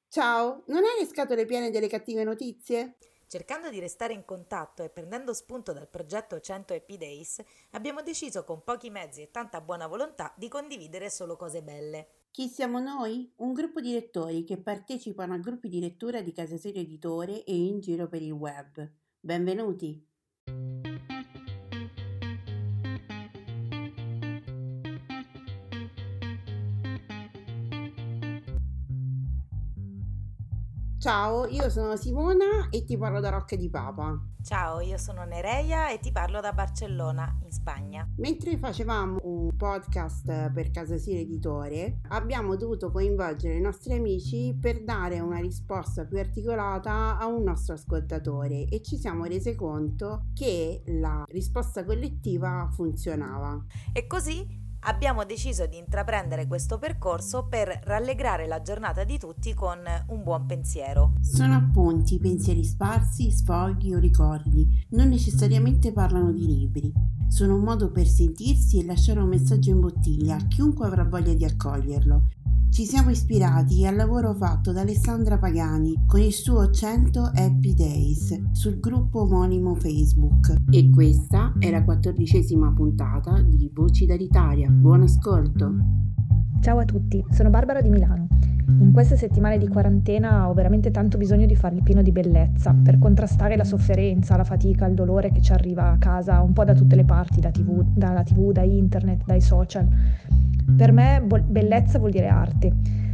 Ciao, non hai le scatole piene delle cattive notizie? Cercando di restare in contatto e prendendo spunto dal progetto 100 Happy Days, abbiamo deciso con pochi mezzi e tanta buona volontà di condividere solo cose belle. Chi siamo noi? Un gruppo di lettori che partecipano a gruppi di lettura di Casa Serio Editore e in giro per il web. Benvenuti! Ciao, io sono Simona e ti parlo da Rocca di Papa. Ciao, io sono Nereia e ti parlo da Barcellona, in Spagna. Mentre facevamo un podcast per Casa Serio Editore, abbiamo dovuto coinvolgere i nostri amici per dare una risposta più articolata a un nostro ascoltatore e ci siamo resi conto che la risposta collettiva funzionava. E così abbiamo deciso di intraprendere questo percorso per rallegrare la giornata di tutti con un buon pensiero. Sono appunti, pensieri sparsi, sfoghi o ricordi, non necessariamente parlano di libri. Sono un modo per sentirsi e lasciare un messaggio in bottiglia a chiunque avrà voglia di accoglierlo. Ci siamo ispirati al lavoro fatto da Alessandra Pagani con il suo 100 Happy Days sul gruppo omonimo Facebook. E questa è la 14ª puntata di Voci dall'Italia. Buon ascolto! Ciao a tutti, sono Barbara di Milano. In queste settimane di quarantena ho veramente tanto bisogno di fare il pieno di bellezza per contrastare la sofferenza, la fatica, il dolore che ci arriva a casa un po' da tutte le parti, dalla TV, da internet, dai social. Per me bellezza vuol dire arte.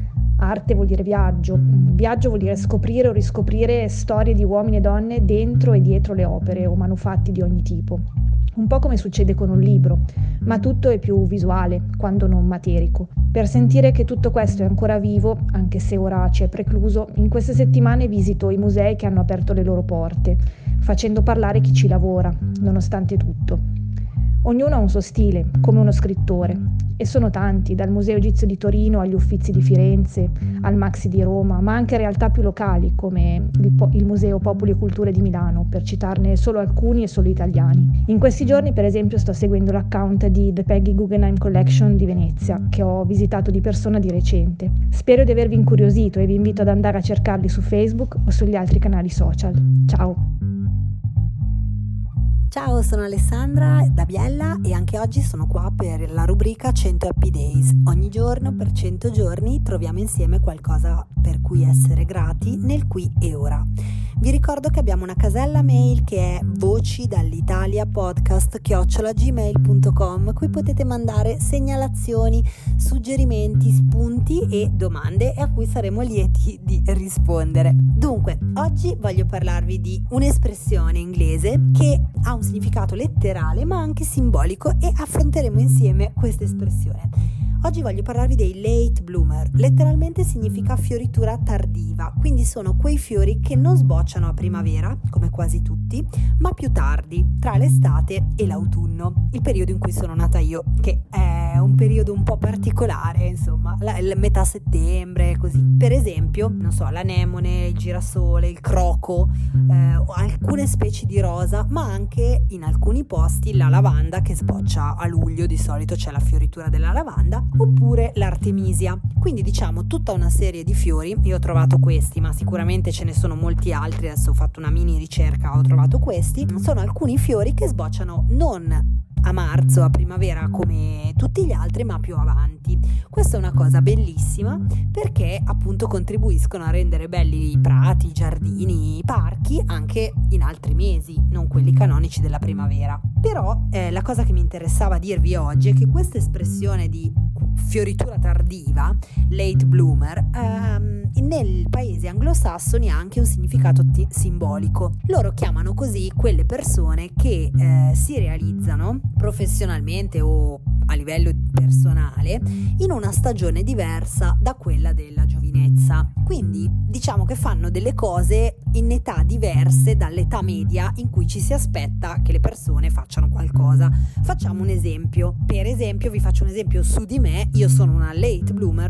Arte vuol dire viaggio. Viaggio vuol dire scoprire o riscoprire storie di uomini e donne dentro e dietro le opere o manufatti di ogni tipo. Un po' come succede con un libro, ma tutto è più visuale, quando non materico. Per sentire che tutto questo è ancora vivo, anche se ora ci è precluso, in queste settimane visito i musei che hanno aperto le loro porte, facendo parlare chi ci lavora, nonostante tutto. Ognuno ha un suo stile, come uno scrittore, e sono tanti, dal Museo Egizio di Torino agli Uffizi di Firenze, al Maxi di Roma, ma anche realtà più locali come il Museo Popoli e Culture di Milano, per citarne solo alcuni e solo italiani. In questi giorni, per esempio, sto seguendo l'account di The Peggy Guggenheim Collection di Venezia, che ho visitato di persona di recente. Spero di avervi incuriosito e vi invito ad andare a cercarli su Facebook o sugli altri canali social. Ciao! Ciao, sono Alessandra da Biella e anche oggi sono qua per la rubrica 100 Happy Days. Ogni giorno per 100 giorni troviamo insieme qualcosa per cui essere grati nel qui e ora. Vi ricordo che abbiamo una casella mail che è vocidall'italiapodcast@gmail.com, cui potete mandare segnalazioni, suggerimenti, spunti e domande e a cui saremo lieti di rispondere. Dunque, oggi voglio parlarvi di un'espressione inglese che ha un significato letterale ma anche simbolico e affronteremo insieme questa espressione. Oggi voglio parlarvi dei late bloomer. Letteralmente significa fioritura tardiva, quindi sono quei fiori che non sbocciano a primavera, come quasi tutti, ma più tardi, tra l'estate e l'autunno, il periodo in cui sono nata io, che è un periodo un po' particolare, insomma, metà settembre, così. Per esempio, non so, l'anemone, il girasole, il croco, alcune specie di rosa, ma anche in alcuni posti la lavanda che sboccia a luglio, di solito c'è la fioritura della lavanda, oppure l'artemisia. Quindi diciamo tutta una serie di fiori. Io ho trovato questi, ma sicuramente ce ne sono molti altri. Adesso ho fatto una mini ricerca, ho trovato questi. Sono alcuni fiori che sbocciano non a marzo, a primavera come tutti gli altri, ma più avanti. Questa è una cosa bellissima perché appunto contribuiscono a rendere belli i prati, i giardini, i parchi anche in altri mesi, non quelli canonici della primavera. Però la cosa che mi interessava dirvi oggi è che questa espressione di fioritura tardiva, late bloomer, nel paese anglosassoni ha anche un significato simbolico. Loro chiamano così quelle persone che si realizzano professionalmente o a livello personale in una stagione diversa da quella della giovinezza. Quindi diciamo che fanno delle cose in età diverse dall'età media in cui ci si aspetta che le persone facciano qualcosa. Facciamo un esempio. Per esempio, vi faccio un esempio su di me. Io sono una late bloomer per quanto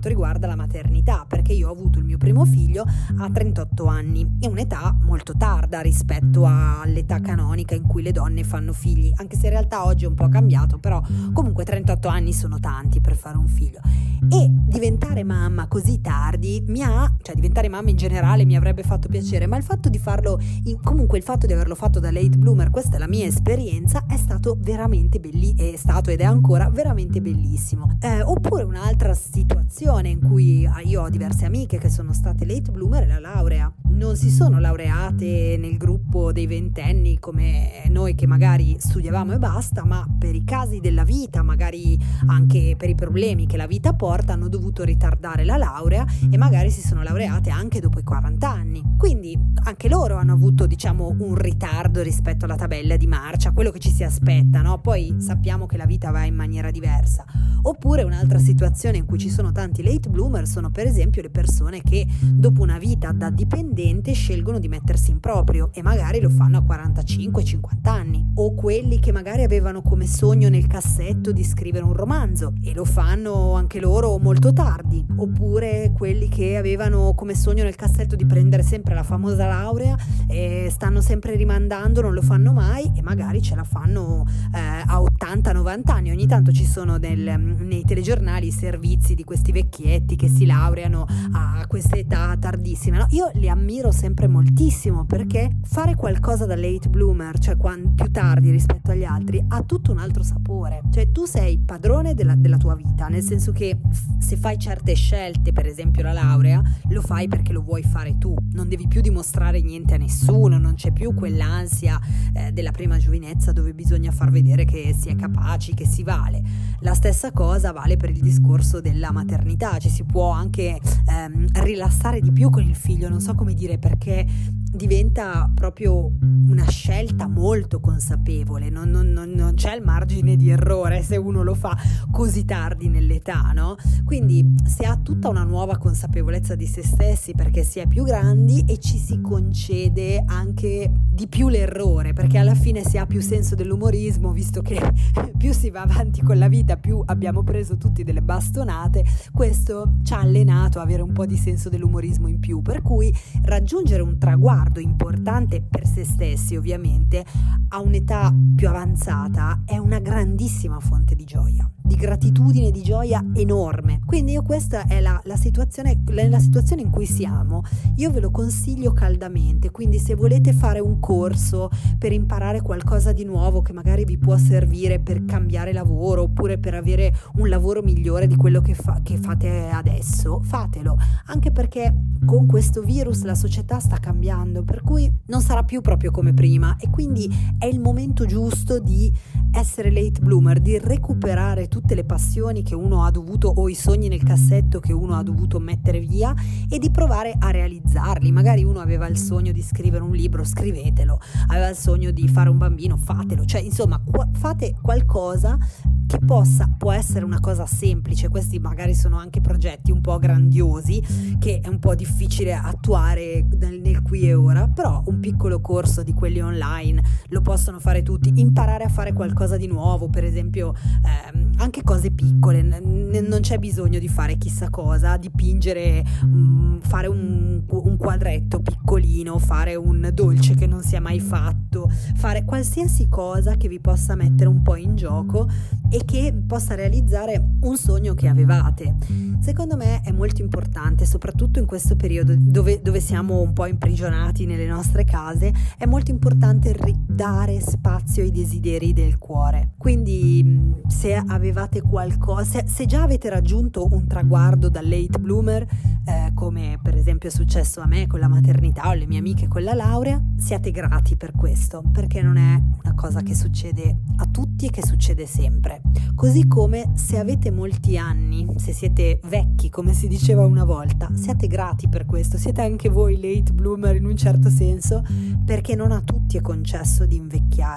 quanto riguarda la maternità, perché io ho avuto il mio primo figlio a 38 anni, è un'età molto tarda rispetto all'età canonica in cui le donne fanno figli, anche se in realtà oggi è un po' cambiato, però comunque 38 anni sono tanti per fare un figlio. E diventare mamma così tardi diventare mamma in generale mi avrebbe fatto piacere, ma il fatto di farlo, comunque il fatto di averlo fatto da late bloomer, questa è la mia esperienza, è stato veramente è stato ed è ancora veramente bellissimo. Oppure un'altra situazione in cui io ho diverse amiche che sono state late bloomer è la laurea. Non si sono laureate nel gruppo dei ventenni come noi che magari studiavamo e basta, ma per i casi della vita, magari anche per i problemi che la vita porta, hanno dovuto ritardare la laurea e magari si sono laureate anche dopo i 40 anni. Quindi anche loro hanno avuto, diciamo, un ritardo rispetto alla tabella di marcia, quello che ci si aspetta, no? Poi sappiamo che la vita va in maniera diversa. Oppure un'altra situazione in cui ci sono tanti late bloomer sono per esempio le persone che dopo una vita da dipendente scelgono di mettersi in proprio e magari lo fanno a 45-50 anni, o quelli che magari avevano come sogno nel cassetto di scrivere un romanzo e lo fanno anche loro molto tardi, oppure quelli che avevano come sogno nel cassetto di prendere sempre la famosa laurea e stanno sempre rimandando, non lo fanno mai e magari ce la fanno a 80-90 anni. Ogni tanto ci sono nei telegiornali i servizi di questi vecchietti che si laureano a questa età tardissima, no? Io li ammiro sempre moltissimo, perché fare qualcosa da late bloomer, cioè più tardi rispetto agli altri, ha tutto un altro sapore. Cioè tu sei padrone della tua vita, nel senso che se fai certe scelte, per esempio la laurea, lo fai perché lo vuoi fare tu, non devi più dimostrare niente a nessuno, non c'è più quell'ansia della prima giovinezza dove bisogna far vedere che si è capaci, che si vale. La stessa cosa vale per il discorso della maternità, ci si può anche rilassare di più con il figlio, non so come dire, perché diventa proprio una scelta molto consapevole, non c'è il margine di errore se uno lo fa così tardi nell'età, no? Quindi si ha tutta una nuova consapevolezza di se stessi perché si è più grandi e ci si concede anche di più l'errore, perché alla fine si ha più senso dell'umorismo, visto che più si va avanti con la vita, più abbiamo preso tutti delle bastonate. Questo ci ha allenato a avere un po' di senso dell'umorismo in più, per cui raggiungere un traguardo importante per se stessi, ovviamente, a un'età più avanzata è una grandissima fonte di gioia, di gratitudine, di gioia enorme. Quindi questa è la situazione in cui siamo, io ve lo consiglio caldamente. Quindi se volete fare un corso per imparare qualcosa di nuovo che magari vi può servire per cambiare lavoro oppure per avere un lavoro migliore di quello che fate adesso, fatelo, anche perché con questo virus la società sta cambiando, per cui non sarà più proprio come prima e quindi è il momento giusto di essere late bloomer, di recuperare tutte le passioni che uno ha dovuto, o i sogni nel cassetto che uno ha dovuto mettere via, e di provare a realizzarli. Magari uno aveva il sogno di scrivere un libro, scrivetelo, aveva il sogno di fare un bambino, fatelo, cioè insomma fate qualcosa che può essere una cosa semplice. Questi magari sono anche progetti un po' grandiosi che è un po' difficile attuare nel qui e ora, però un piccolo corso di quelli online lo possono fare tutti. Imparare a fare qualcosa di nuovo, per esempio anche cose piccole, non c'è bisogno di fare chissà cosa, dipingere, fare un quadretto piccolino, fare un dolce che non si è mai fatto, fare qualsiasi cosa che vi possa mettere un po' in gioco e che possa realizzare un sogno che avevate. Secondo me è molto importante, soprattutto in questo periodo dove siamo un po' imprigionati nelle nostre case, è molto importante ridare spazio ai desideri del cuore. Quindi se avevate qualcosa, se già avete raggiunto un traguardo da late bloomer, come per esempio è successo a me con la maternità o le mie amiche con la laurea, siate grati per questo, perché non è una cosa che succede a tutti e che succede sempre. Così come se avete molti anni, se siete vecchi come si diceva una volta, siate grati per questo, siete anche voi late bloomer in un certo senso, perché non a tutti è concesso di invecchiare.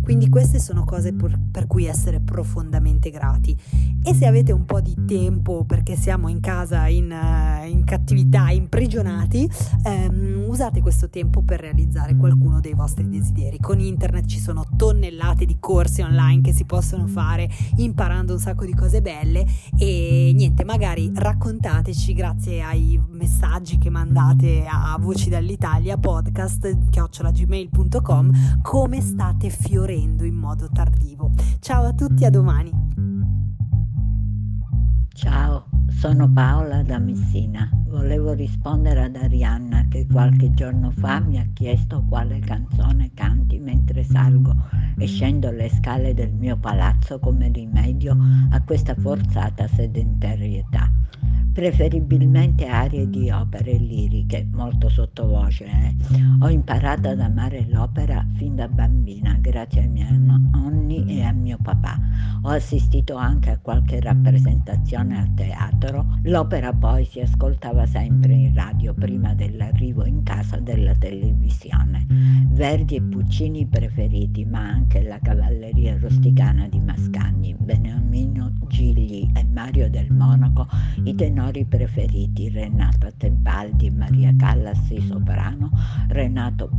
Quindi queste sono cose per cui essere profondamente grati. E se avete un po' di tempo, perché siamo in casa in cattività, imprigionati, usate questo tempo per realizzare qualcuno dei vostri desideri. Con internet ci sono tonnellate di corsi online che si possono fare imparando un sacco di cose belle, e niente, magari raccontateci, grazie ai messaggi che mandate a Voci dall'Italia podcast@gmail.com, come state fiorendo in modo tardivo. Ciao a tutti, a domani. Ciao, sono Paola da Messina. Volevo rispondere ad Arianna che qualche giorno fa mi ha chiesto quale canzone canti mentre salgo e scendo le scale del mio palazzo come rimedio a questa forzata sedentarietà. Preferibilmente arie di opere liriche, molto sottovoce. Ho imparato ad amare l'opera fin da bambina, grazie ai miei nonni e a mio papà. Ho assistito anche a qualche rappresentazione a teatro. L'opera poi si ascoltava sempre in radio prima dell'arrivo in casa della televisione. Verdi e Puccini preferiti, ma anche la cavalleria rusticana di Mascagni, Beniamino Gigli e Mario del Monaco, i tenori preferiti, Renata Tebaldi, Maria Callas soprano, Renato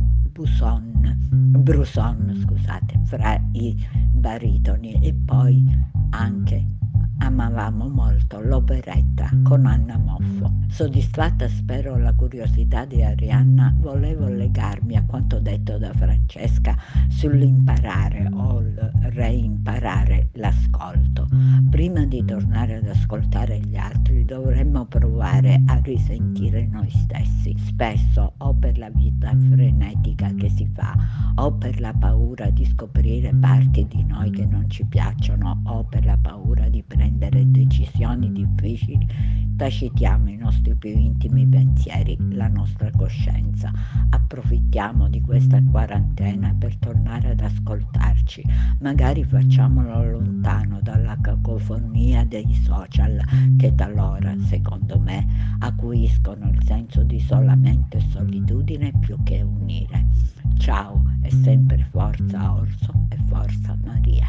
Brusson, fra i baritoni, e poi anche amavamo molto l'operetta con Anna Moffo. Soddisfatta, spero, la curiosità di Arianna, volevo legarmi a quanto detto da Francesca sull'imparare o il reimparare l'ascolto. Prima di tornare ad ascoltare gli altri dovremmo provare a risentire noi stessi. Spesso, o per la vita frenetica che si fa, o per la paura di scoprire parti di noi che non ci piacciono, o per la paura di prendere decisioni difficili, tacitiamo i nostri più intimi pensieri, la nostra coscienza. Approfittiamo di questa quarantena per tornare ad ascoltarci. Magari facciamolo lontano dalla cacofonia dei social che talora, secondo me, acuiscono il senso di isolamento e solitudine più che unire. Ciao e sempre forza Orso e forza Maria.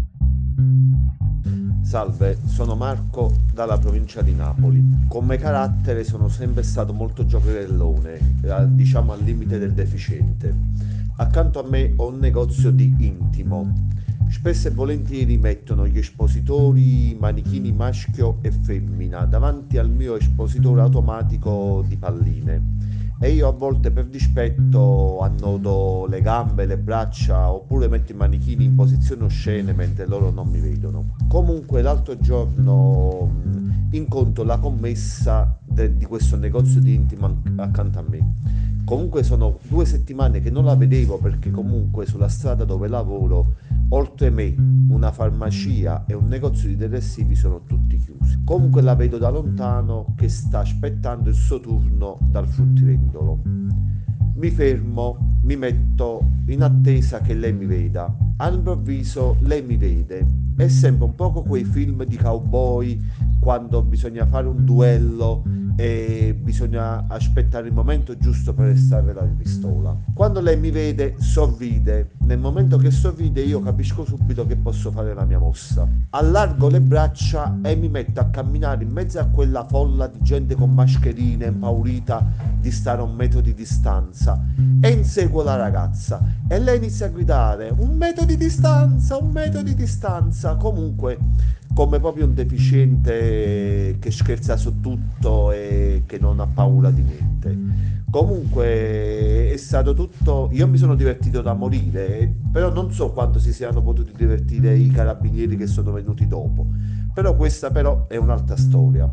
Salve, sono Marco dalla provincia di Napoli. Come carattere sono sempre stato molto giocherellone, diciamo al limite del deficiente. Accanto a me ho un negozio di intimo. Spesso e volentieri mettono gli espositori manichini maschio e femmina davanti al mio espositore automatico di palline. E io a volte per dispetto annodo le gambe, le braccia, oppure metto i manichini in posizioni oscene mentre loro non mi vedono. Comunque l'altro giorno incontro la commessa di questo negozio di intimo accanto a me. Comunque sono 2 settimane che non la vedevo, perché comunque sulla strada dove lavoro, oltre me, una farmacia e un negozio di detersivi sono tutti chiusi. Comunque la vedo da lontano che sta aspettando il suo turno dal fruttivendolo. Mi fermo, mi metto in attesa che lei mi veda. All'improvviso lei mi vede. È sempre un poco quei film di cowboy quando bisogna fare un duello e bisogna aspettare il momento giusto per estrarre la pistola. Quando lei mi vede sorride. Nel momento che sorride io capisco subito che posso fare la mia mossa. Allargo le braccia e mi metto a camminare in mezzo a quella folla di gente con mascherine, impaurita di stare a 1 metro di distanza, e inseguo la ragazza e lei inizia a gridare: 1 metro di distanza, 1 metro di distanza. Comunque, come proprio un deficiente che scherza su tutto e che non ha paura di niente. Comunque è stato tutto, io mi sono divertito da morire, però non so quanto si siano potuti divertire i carabinieri che sono venuti dopo. Però questa è un'altra storia.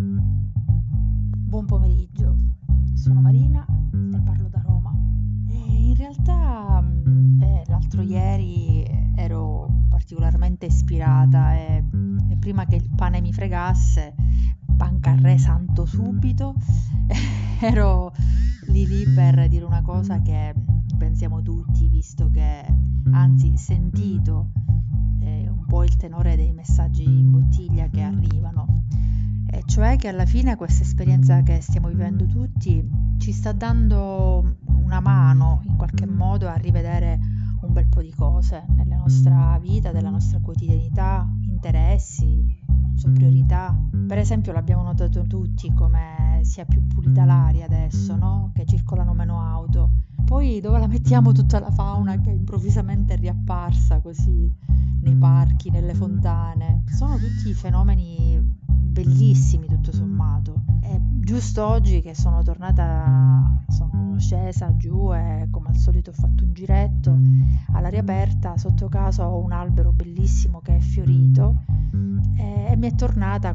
Buon pomeriggio, sono Marina e parlo da Roma. In realtà l'altro ieri ero particolarmente ispirata e prima che il pane mi fregasse, pancarré santo subito, ero lì per dire una cosa che pensiamo tutti, visto che, anzi sentito un po' il tenore dei messaggi in bottiglia che arrivano, e cioè che alla fine questa esperienza che stiamo vivendo tutti ci sta dando una mano in qualche modo a rivedere un bel po' di cose nella nostra vita, della nostra quotidianità, interessi, non so, priorità. Per esempio l'abbiamo notato tutti come sia più pulita l'aria adesso, no? Che circolano meno auto. Poi dove la mettiamo tutta la fauna che improvvisamente è riapparsa così nei parchi, nelle fontane? Sono tutti fenomeni bellissimi tutto sommato. E giusto oggi che sono scesa giù e come al solito ho fatto un giretto all'aria aperta, sotto casa ho un albero bellissimo che è fiorito e mi è tornata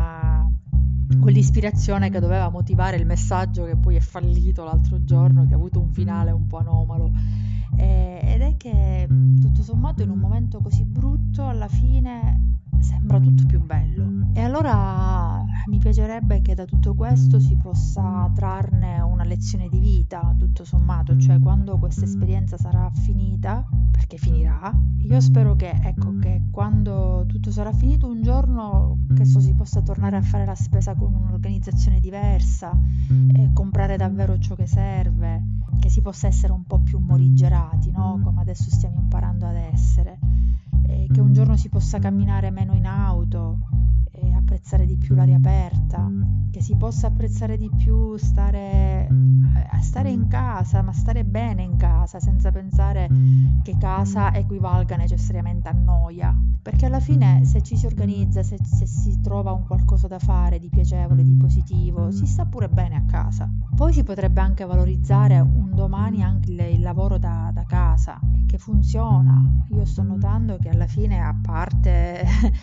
quell'ispirazione che doveva motivare il messaggio che poi è fallito l'altro giorno, che ha avuto un finale un po' anomalo, ed è che tutto sommato in un momento così brutto alla fine sembra tutto più bello. E allora mi piacerebbe che da tutto questo si possa trarne una lezione di vita, tutto sommato, cioè quando questa esperienza sarà finita, perché finirà, io spero che quando tutto sarà finito un giorno che si possa tornare a fare la spesa con un'organizzazione diversa, comprare davvero ciò che serve, che si possa essere un po' più morigerati, no? Come adesso stiamo imparando ad essere, che un giorno si possa camminare meno in auto, apprezzare di più l'aria aperta, che si possa apprezzare di più stare in casa, ma stare bene in casa, senza pensare che casa equivalga necessariamente a noia, perché alla fine se ci si organizza, se si trova un qualcosa da fare di piacevole, di positivo, si sta pure bene a casa. Poi si potrebbe anche valorizzare un domani anche il lavoro da casa, che funziona. Io sto notando che alla fine, a parte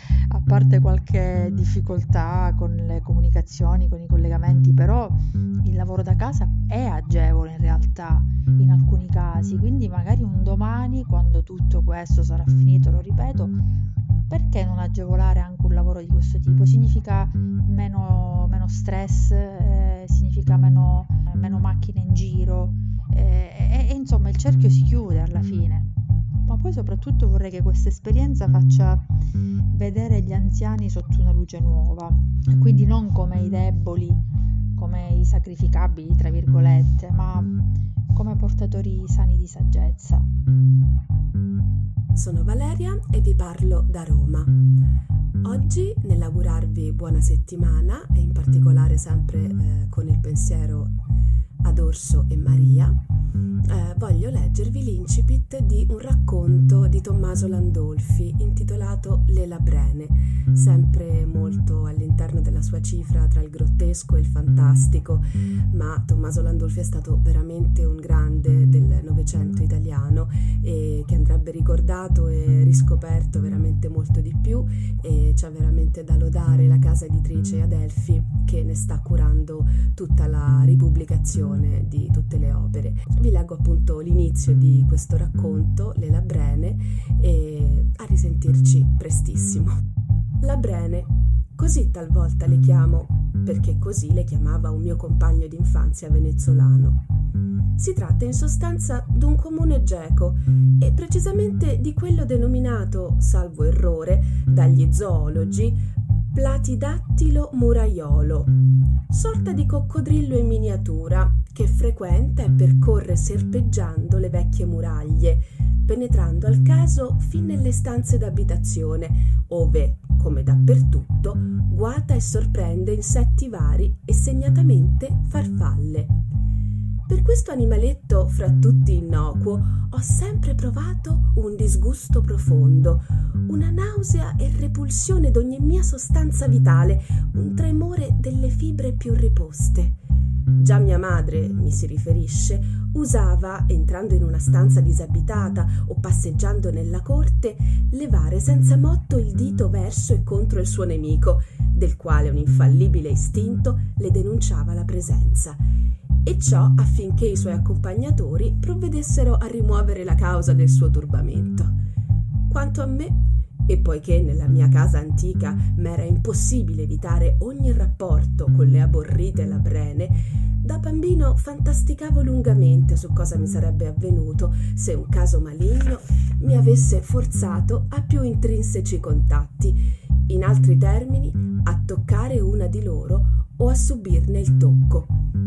qualche difficoltà con le comunicazioni, con i collegamenti, però il lavoro da casa è agevole in realtà in alcuni casi, quindi magari un domani, quando tutto questo sarà finito, lo ripeto, perché non agevolare anche un lavoro di questo tipo? Significa meno stress, significa meno macchine in giro, e insomma il cerchio si chiude alla fine. Ma poi soprattutto vorrei che questa esperienza faccia vedere gli anziani sotto una luce nuova, e quindi non come i deboli, come i sacrificabili tra virgolette, ma come portatori sani di saggezza. Sono Valeria e vi parlo da Roma. Oggi, nell'augurarvi buona settimana e in particolare sempre con il pensiero ad Orso e Maria, voglio leggervi l'incipit di un racconto di Tommaso Landolfi intitolato Le Labrene, sempre molto all'interno della sua cifra tra il grottesco e il fantastico, ma Tommaso Landolfi è stato veramente un grande del Novecento italiano e che andrebbe ricordato e riscoperto veramente molto di più, e c'è veramente da lodare la casa editrice Adelphi che ne sta curando tutta la ripubblicazione di tutte le opere. Vi leggo appunto l'inizio di questo racconto, Le Labrene, e a risentirci prestissimo. Labrene, così talvolta le chiamo, perché così le chiamava un mio compagno d'infanzia venezuelano. Si tratta in sostanza d'un comune geco, e precisamente di quello denominato, salvo errore, dagli zoologi Platidattilo muraiolo, sorta di coccodrillo in miniatura che frequenta e percorre serpeggiando le vecchie muraglie, penetrando al caso fin nelle stanze d'abitazione, ove, come dappertutto, guata e sorprende insetti vari e segnatamente farfalle. Per questo animaletto, fra tutti innocuo, ho sempre provato un disgusto profondo, una nausea e repulsione d'ogni mia sostanza vitale, un tremore delle fibre più riposte. Già mia madre, mi si riferisce, usava, entrando in una stanza disabitata o passeggiando nella corte, levare senza motto il dito verso e contro il suo nemico, del quale un infallibile istinto le denunciava la presenza, e ciò affinché i suoi accompagnatori provvedessero a rimuovere la causa del suo turbamento. Quanto a me, e poiché nella mia casa antica m'era impossibile evitare ogni rapporto con le aborrite labrene, da bambino fantasticavo lungamente su cosa mi sarebbe avvenuto se un caso maligno mi avesse forzato a più intrinseci contatti, in altri termini, a toccare una di loro o a subirne il tocco.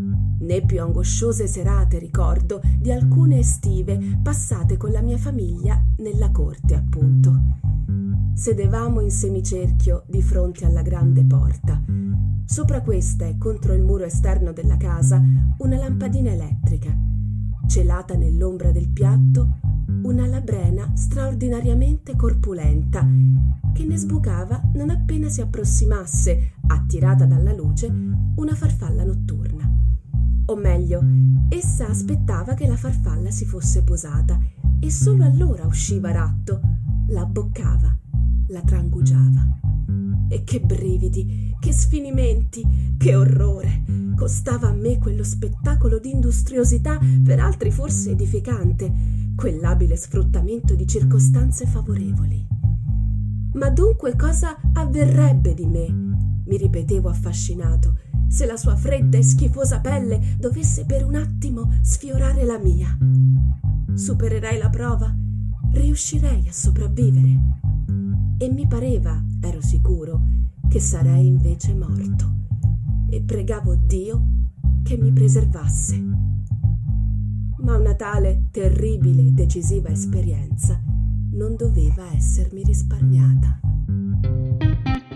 né più angosciose serate ricordo di alcune estive passate con la mia famiglia nella corte, appunto. Sedevamo in semicerchio di fronte alla grande porta. Sopra questa e contro il muro esterno della casa una lampadina elettrica. Celata nell'ombra del piatto, una labrena straordinariamente corpulenta che ne sbucava non appena si approssimasse, attirata dalla luce, una farfalla notturna. O meglio, essa aspettava che la farfalla si fosse posata e solo allora usciva ratto, la abboccava, la trangugiava. E che brividi, che sfinimenti, che orrore! Costava a me quello spettacolo di industriosità, per altri forse edificante, quell'abile sfruttamento di circostanze favorevoli. Ma dunque cosa avverrebbe di me? Mi ripetevo affascinato, se la sua fredda e schifosa pelle dovesse per un attimo sfiorare la mia. Supererei la prova? Riuscirei a sopravvivere? E mi pareva, ero sicuro, che sarei invece morto. E pregavo Dio che mi preservasse. Ma una tale terribile e decisiva esperienza non doveva essermi risparmiata.